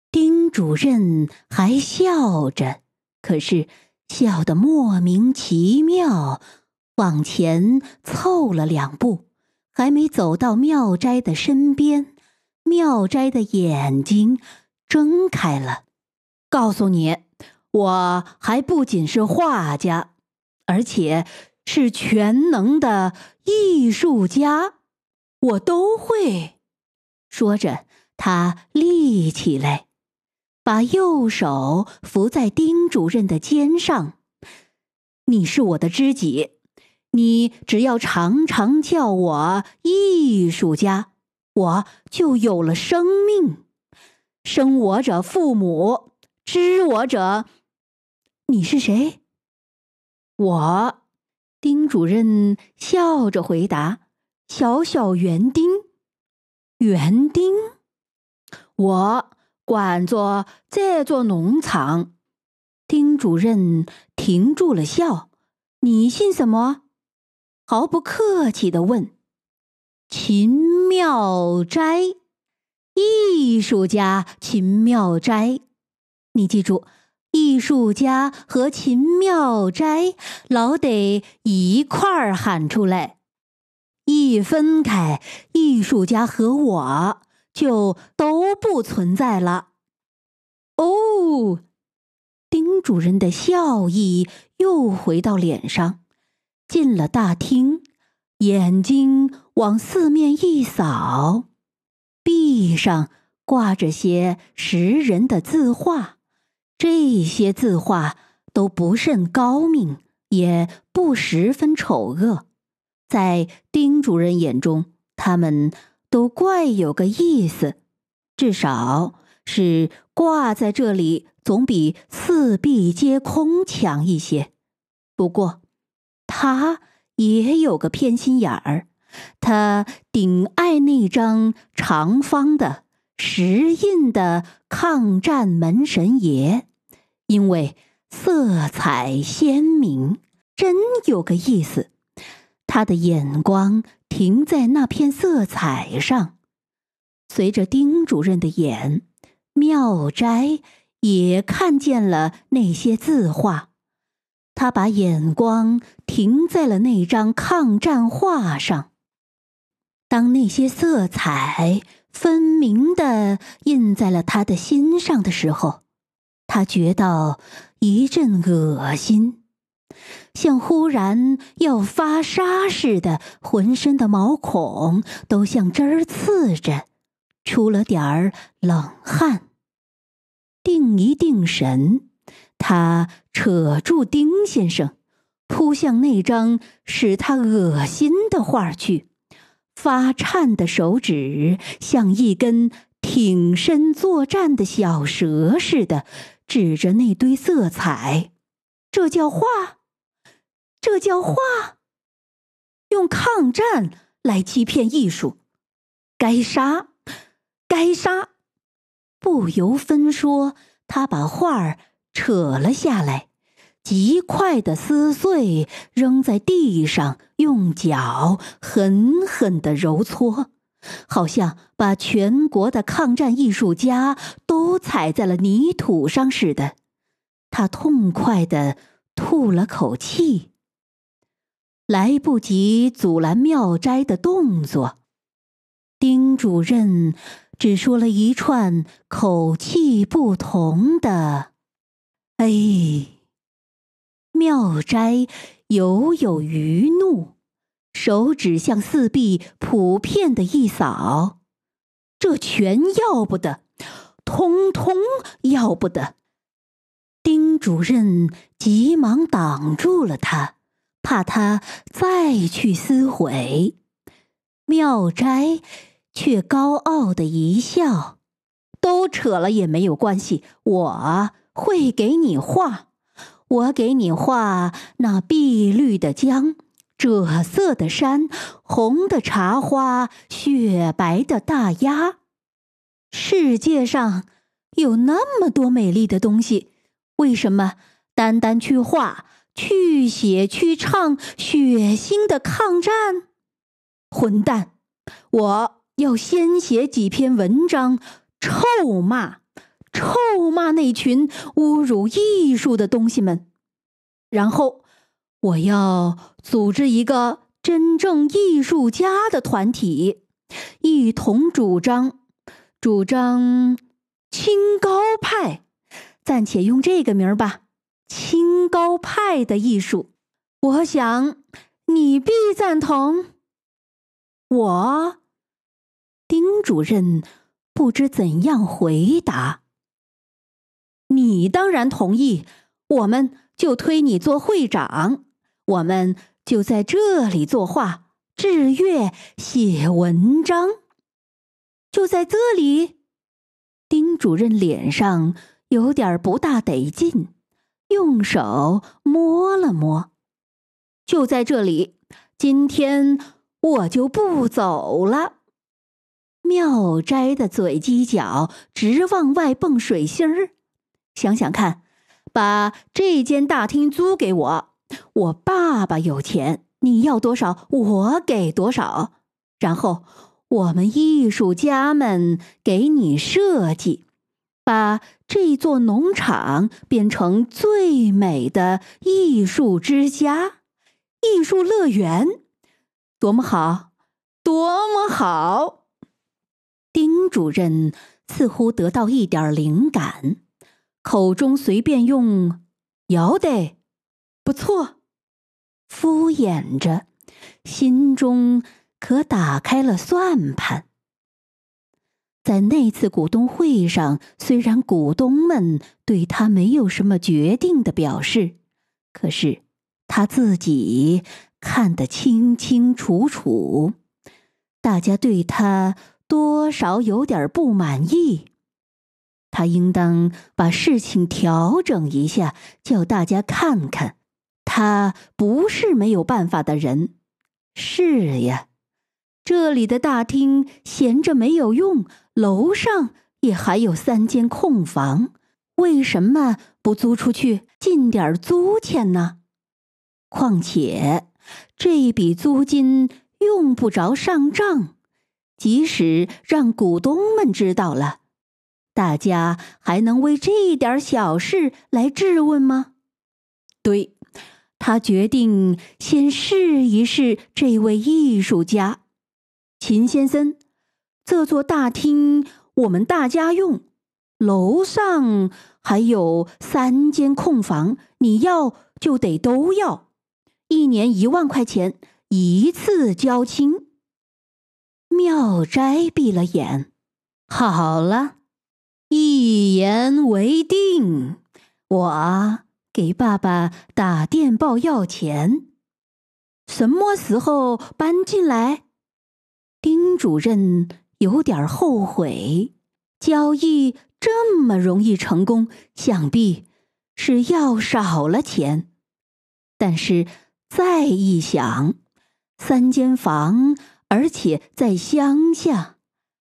丁主任还笑着，可是笑得莫名其妙，往前凑了2步，还没走到妙斋的身边，妙斋的眼睛睁开了。告诉你，我还不仅是画家，而且是全能的艺术家，我都会。说着，他立起来，把右手扶在丁主任的肩上。你是我的知己，你只要常常叫我艺术家，我就有了生命。生我者父母，知我者……你是谁？我，丁主任笑着回答，小小园丁。园丁？我管着这座农场。丁主任停住了笑。你姓什么？毫不客气地问。秦妙斋，艺术家秦妙斋。你记住，艺术家和秦妙斋老得一块儿喊出来，一分开，艺术家和我就都不存在了。哦，丁主任的笑意又回到脸上，进了大厅，眼睛往四面一扫，壁上挂着些识人的字画，这些字画都不甚高明，也不十分丑恶，在丁主任眼中，他们都怪有个意思，至少是挂在这里总比四壁皆空强一些。不过他也有个偏心眼儿，他顶爱那张长方的石印的抗战门神爷，因为色彩鲜明，真有个意思。他的眼光停在那片色彩上，随着丁主任的眼，妙斋也看见了那些字画。他把眼光停在了那张抗战画上。当那些色彩分明地印在了他的心上的时候，他觉到一阵恶心，像忽然要发沙似的，浑身的毛孔都像针儿刺着，出了点儿冷汗。定一定神，他扯住丁先生，扑向那张使他恶心的画去，发颤的手指像一根挺身作战的小蛇似的，指着那堆色彩。这叫画？这叫画？用抗战来欺骗艺术，该杀！该杀！不由分说，他把画扯了下来，极快地撕碎，扔在地上，用脚狠狠地揉搓，好像把全国的抗战艺术家都踩在了泥土上似的。他痛快地吐了口气，来不及阻拦妙斋的动作。丁主任只说了一串口气不同的“哎”。妙斋有余怒，手指向四壁普遍的一扫，这全要不得，通通要不得。丁主任急忙挡住了他，怕他再去撕毁。妙斋却高傲地一笑，都扯了也没有关系，我会给你画，我给你画那碧绿的江，赭色的山，红的茶花，雪白的大鸭。世界上有那么多美丽的东西，为什么单单去画，去写，去唱血腥的抗战？混蛋！我要先写几篇文章，臭骂臭骂那群侮辱艺术的东西们。然后我要组织一个真正艺术家的团体，一同主张清高派，暂且用这个名儿吧，清高派的艺术。我想你必赞同。丁主任不知怎样回答。你当然同意，我们就推你做会长，我们就在这里作画、制乐、写文章。就在这里？丁主任脸上有点不大得劲，用手摸了摸。就在这里，今天我就不走了。妙斋的嘴犄角直往外蹦水星儿。想想看，把这间大厅租给我，我爸爸有钱，你要多少我给多少，然后我们艺术家们给你设计，把这座农场变成最美的艺术之家、艺术乐园，多么好，多么好！丁主任似乎得到一点灵感，口中随便用要得，不错，敷衍着，心中可打开了算盘。在那次股东会上，虽然股东们对他没有什么决定的表示，可是他自己看得清清楚楚，大家对他多少有点不满意。他应当把事情调整一下，叫大家看看，他不是没有办法的人。是呀，这里的大厅闲着没有用，楼上也还有3间空房，为什么不租出去进点租钱呢？况且这笔租金用不着上账，即使让股东们知道了，大家还能为这点小事来质问吗？对，他决定先试一试这位艺术家。秦先生，这座大厅我们大家用，楼上还有3间空房，你要就得都要，1年1万块钱，一次交清。妙斋闭了眼，好了，一言为定，我给爸爸打电报要钱。什么时候搬进来？丁主任有点后悔，交易这么容易成功，想必是要少了钱。但是再一想，3间房，而且在乡下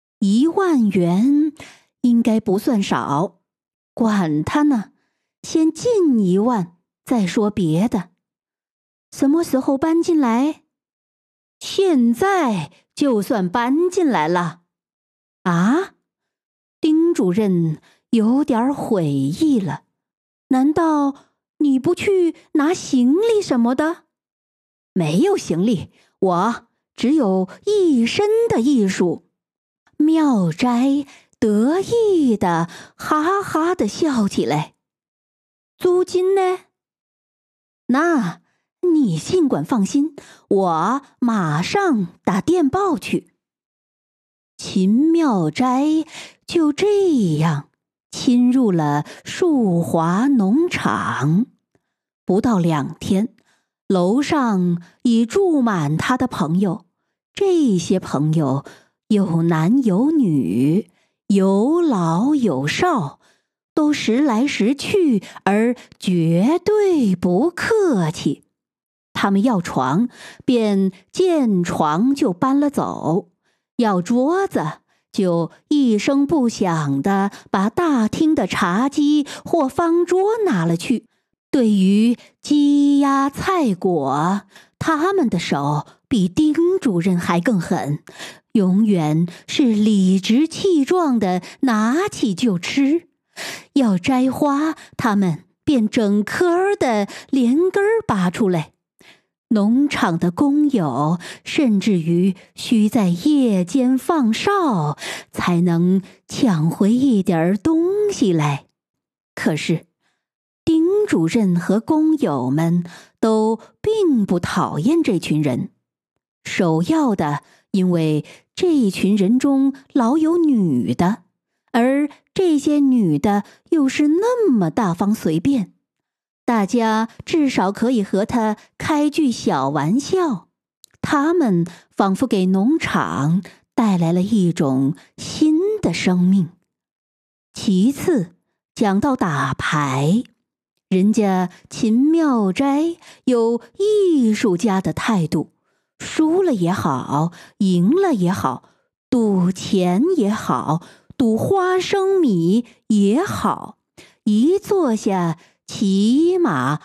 ，1万元应该不算少。管他呢，先进1万，再说别的。什么时候搬进来？现在就算搬进来了。啊？丁主任有点悔意了。难道你不去拿行李什么的？没有行李，我只有一身的艺术。妙斋得意的哈哈的笑起来。租金呢？那你尽管放心，我马上打电报去。秦妙斋就这样侵入了树华农场。不到2天，楼上已住满他的朋友。这些朋友有男有女，有老有少，都时来时去，而绝对不客气。他们要床，便见床就搬了走；要桌子，就一声不响地把大厅的茶几或方桌拿了去。对于鸡鸭菜果，他们的手比丁主任还更狠，永远是理直气壮地拿起就吃， 要摘花，他们便整棵的连根儿拔出来。农场的工友甚至于需在夜间放哨，才能抢回一点东西来。可是丁主任和工友们都并不讨厌这群人，首要的，因为这群人中老有女的，而这些女的又是那么大方随便，大家至少可以和她开句小玩笑。她们仿佛给农场带来了一种新的生命。其次，讲到打牌，人家秦妙斋有艺术家的态度，输了也好，赢了也好，赌钱也好，赌花生米也好，一坐下起码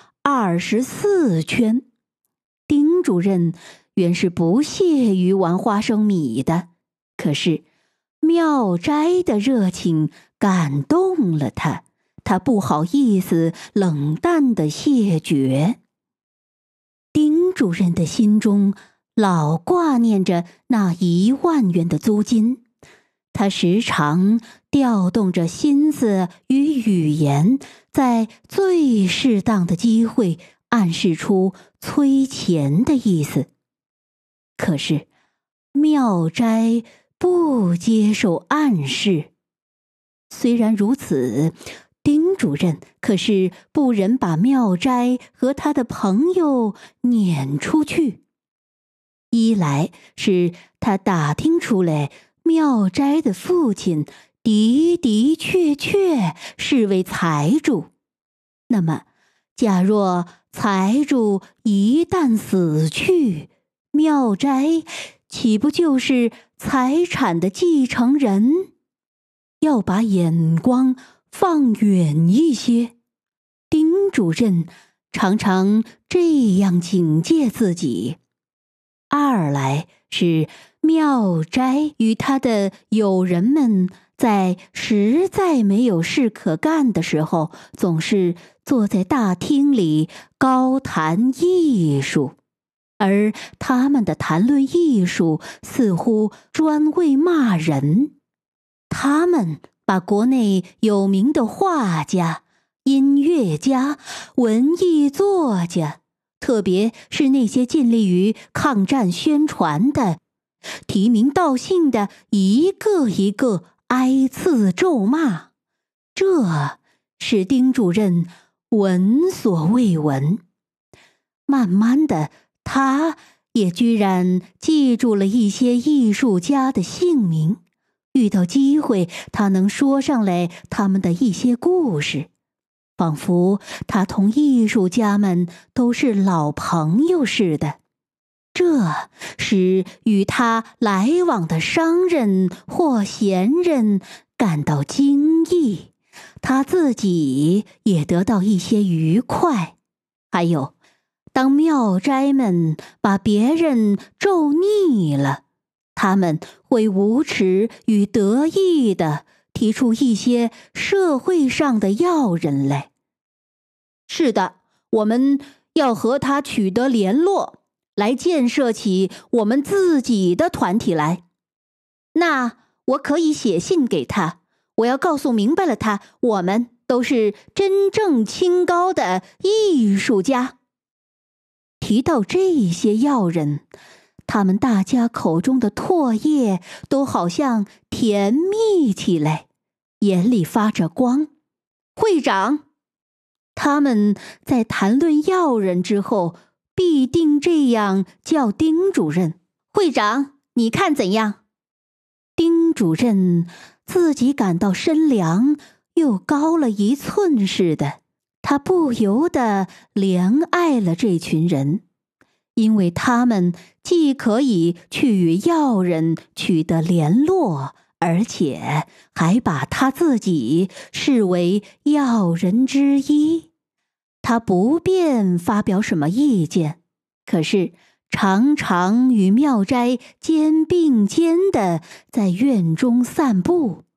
24圈。丁主任原是不屑于玩花生米的，可是妙斋的热情感动了他，他不好意思冷淡地谢绝。丁主任的心中老挂念着那1万元的租金，他时常调动着心思与语言，在最适当的机会暗示出催钱的意思。可是妙斋不接受暗示。虽然如此，丁主任可是不忍把妙斋和他的朋友撵出去。一来是他打听出来妙斋的父亲的的确确是位财主，那么假若财主一旦死去，妙斋岂不就是财产的继承人？要把眼光放远一些。丁主任常常这样警戒自己。二来是妙斋与他的友人们在实在没有事可干的时候，总是坐在大厅里高谈艺术，而他们的谈论艺术似乎专为骂人。他们把国内有名的画家、音乐家、文艺作家，特别是那些尽力于抗战宣传的，提名道姓的，一个一个挨刺咒骂。这使丁主任闻所未闻。慢慢的，他也居然记住了一些艺术家的姓名，遇到机会他能说上来他们的一些故事，仿佛他同艺术家们都是老朋友似的。这使与他来往的商人或闲人感到惊异，他自己也得到一些愉快。还有，当妙斋们把别人咒腻了，他们会无耻与得意地提出一些社会上的要人来。是的，我们要和他取得联络，来建设起我们自己的团体来。那我可以写信给他，我要告诉明白了他，我们都是真正清高的艺术家。提到这些要人，他们大家口中的唾液都好像甜蜜起来，眼里发着光。会长，他们在谈论要人之后，必定这样叫丁主任：会长，你看怎样？丁主任自己感到身量又高了1寸似的，他不由得怜爱了这群人，因为他们既可以去与要人取得联络，而且还把他自己视为要人之一。他不便发表什么意见，可是常常与妙斋肩并肩地在院中散步。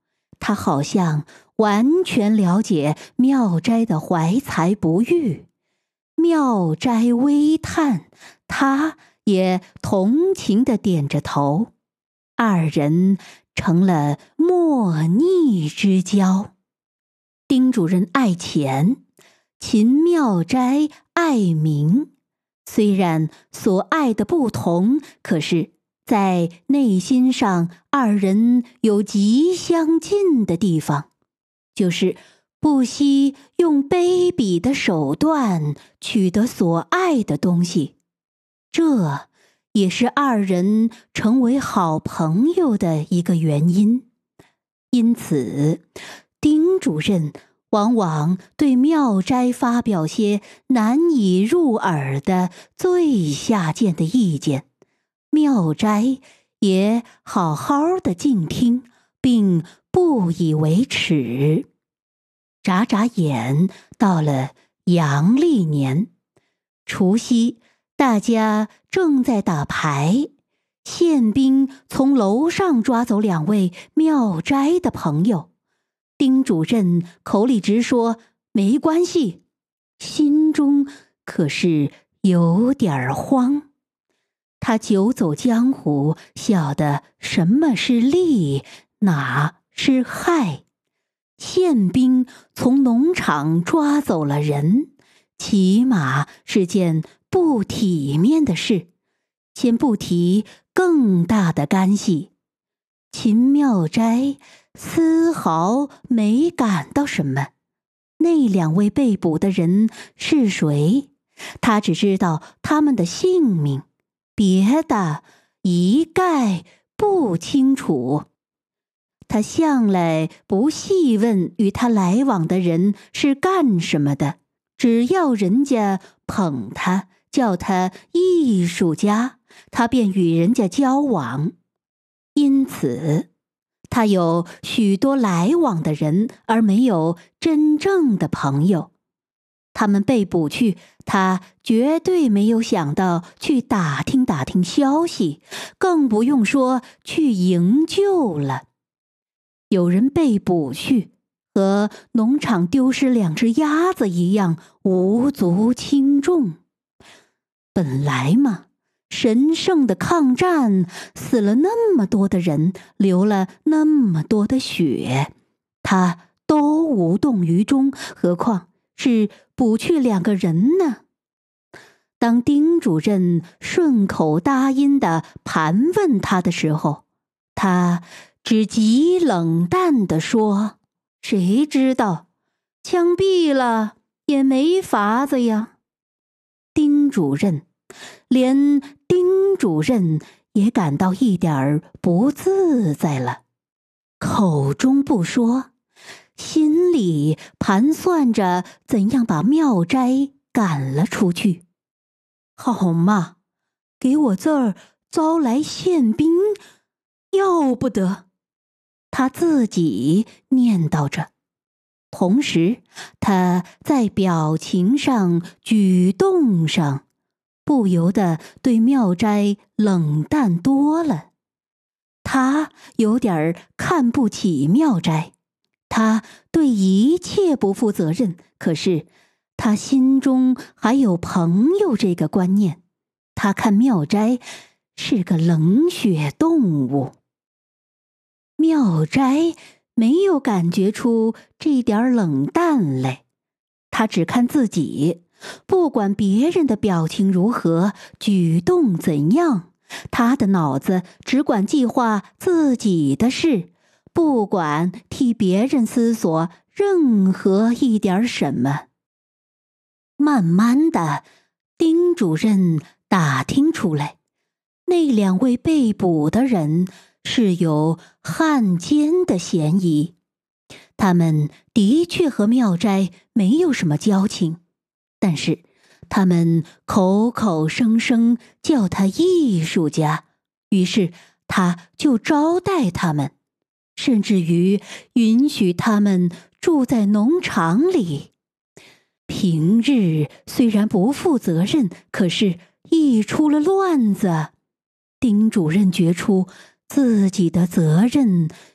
他好像完全了解妙斋的怀才不遇。妙斋微叹，他也同情地点着头，二人成了莫逆之交。丁主任爱钱，秦妙斋爱名，虽然所爱的不同，可是在内心上二人有极相近的地方，就是不惜用卑鄙的手段取得所爱的东西。这也是二人成为好朋友的一个原因。因此丁主任往往对妙斋发表些难以入耳的最下贱的意见，妙斋也好好的静听，并不以为耻。眨眨眼到了阳历年，除夕大家正在打牌，宪兵从楼上抓走2位妙斋的朋友。丁主任口里直说没关系，心中可是有点慌。他久走江湖，晓得什么是利，哪是害。宪兵从农场抓走了人，起码是件不体面的事。先不提更大的干系，秦妙斋丝毫没感到什么。那2位被捕的人是谁？他只知道他们的姓名，别的一概不清楚。他向来不细问与他来往的人是干什么的，只要人家捧他，叫他艺术家，他便与人家交往。因此他有许多来往的人，而没有真正的朋友。他们被捕去，他绝对没有想到去打听打听消息，更不用说去营救了。有人被捕去，和农场丢失2只鸭子一样无足轻重。本来嘛，神圣的抗战，死了那么多的人，流了那么多的血，他都无动于衷，何况是捕去2个人呢？当丁主任顺口答应地盘问他的时候，他只极冷淡地说：谁知道，枪毙了也没法子呀。丁主任，连丁主任也感到一点儿不自在了，口中不说，心里盘算着怎样把妙斋赶了出去。好嘛，给我这儿招来宪兵，要不得，他自己念叨着。同时他在表情上举动上不由得对妙斋冷淡多了。他有点看不起妙斋，他对一切不负责任，可是他心中还有朋友这个观念，他看妙斋是个冷血动物。妙斋没有感觉出这点冷淡来，他只看自己，不管别人的表情如何，举动怎样，他的脑子只管计划自己的事，不管替别人思索任何一点什么。慢慢的，丁主任打听出来，那2位被捕的人是有汉奸的嫌疑。他们的确和妙斋没有什么交情，但是他们口口声声叫他艺术家，于是他就招待他们，甚至于允许他们住在农场里。平日虽然不负责任，可是一出了乱子，丁主任觉出自己的责任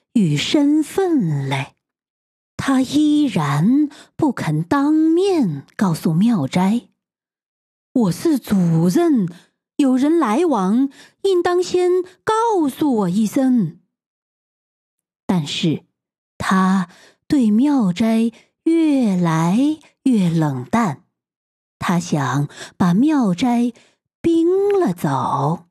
与身份嘞。他依然不肯当面告诉妙斋：“我是主人，有人来往，应当先告诉我一声。”但是他对妙斋越来越冷淡，他想把妙斋冰了走。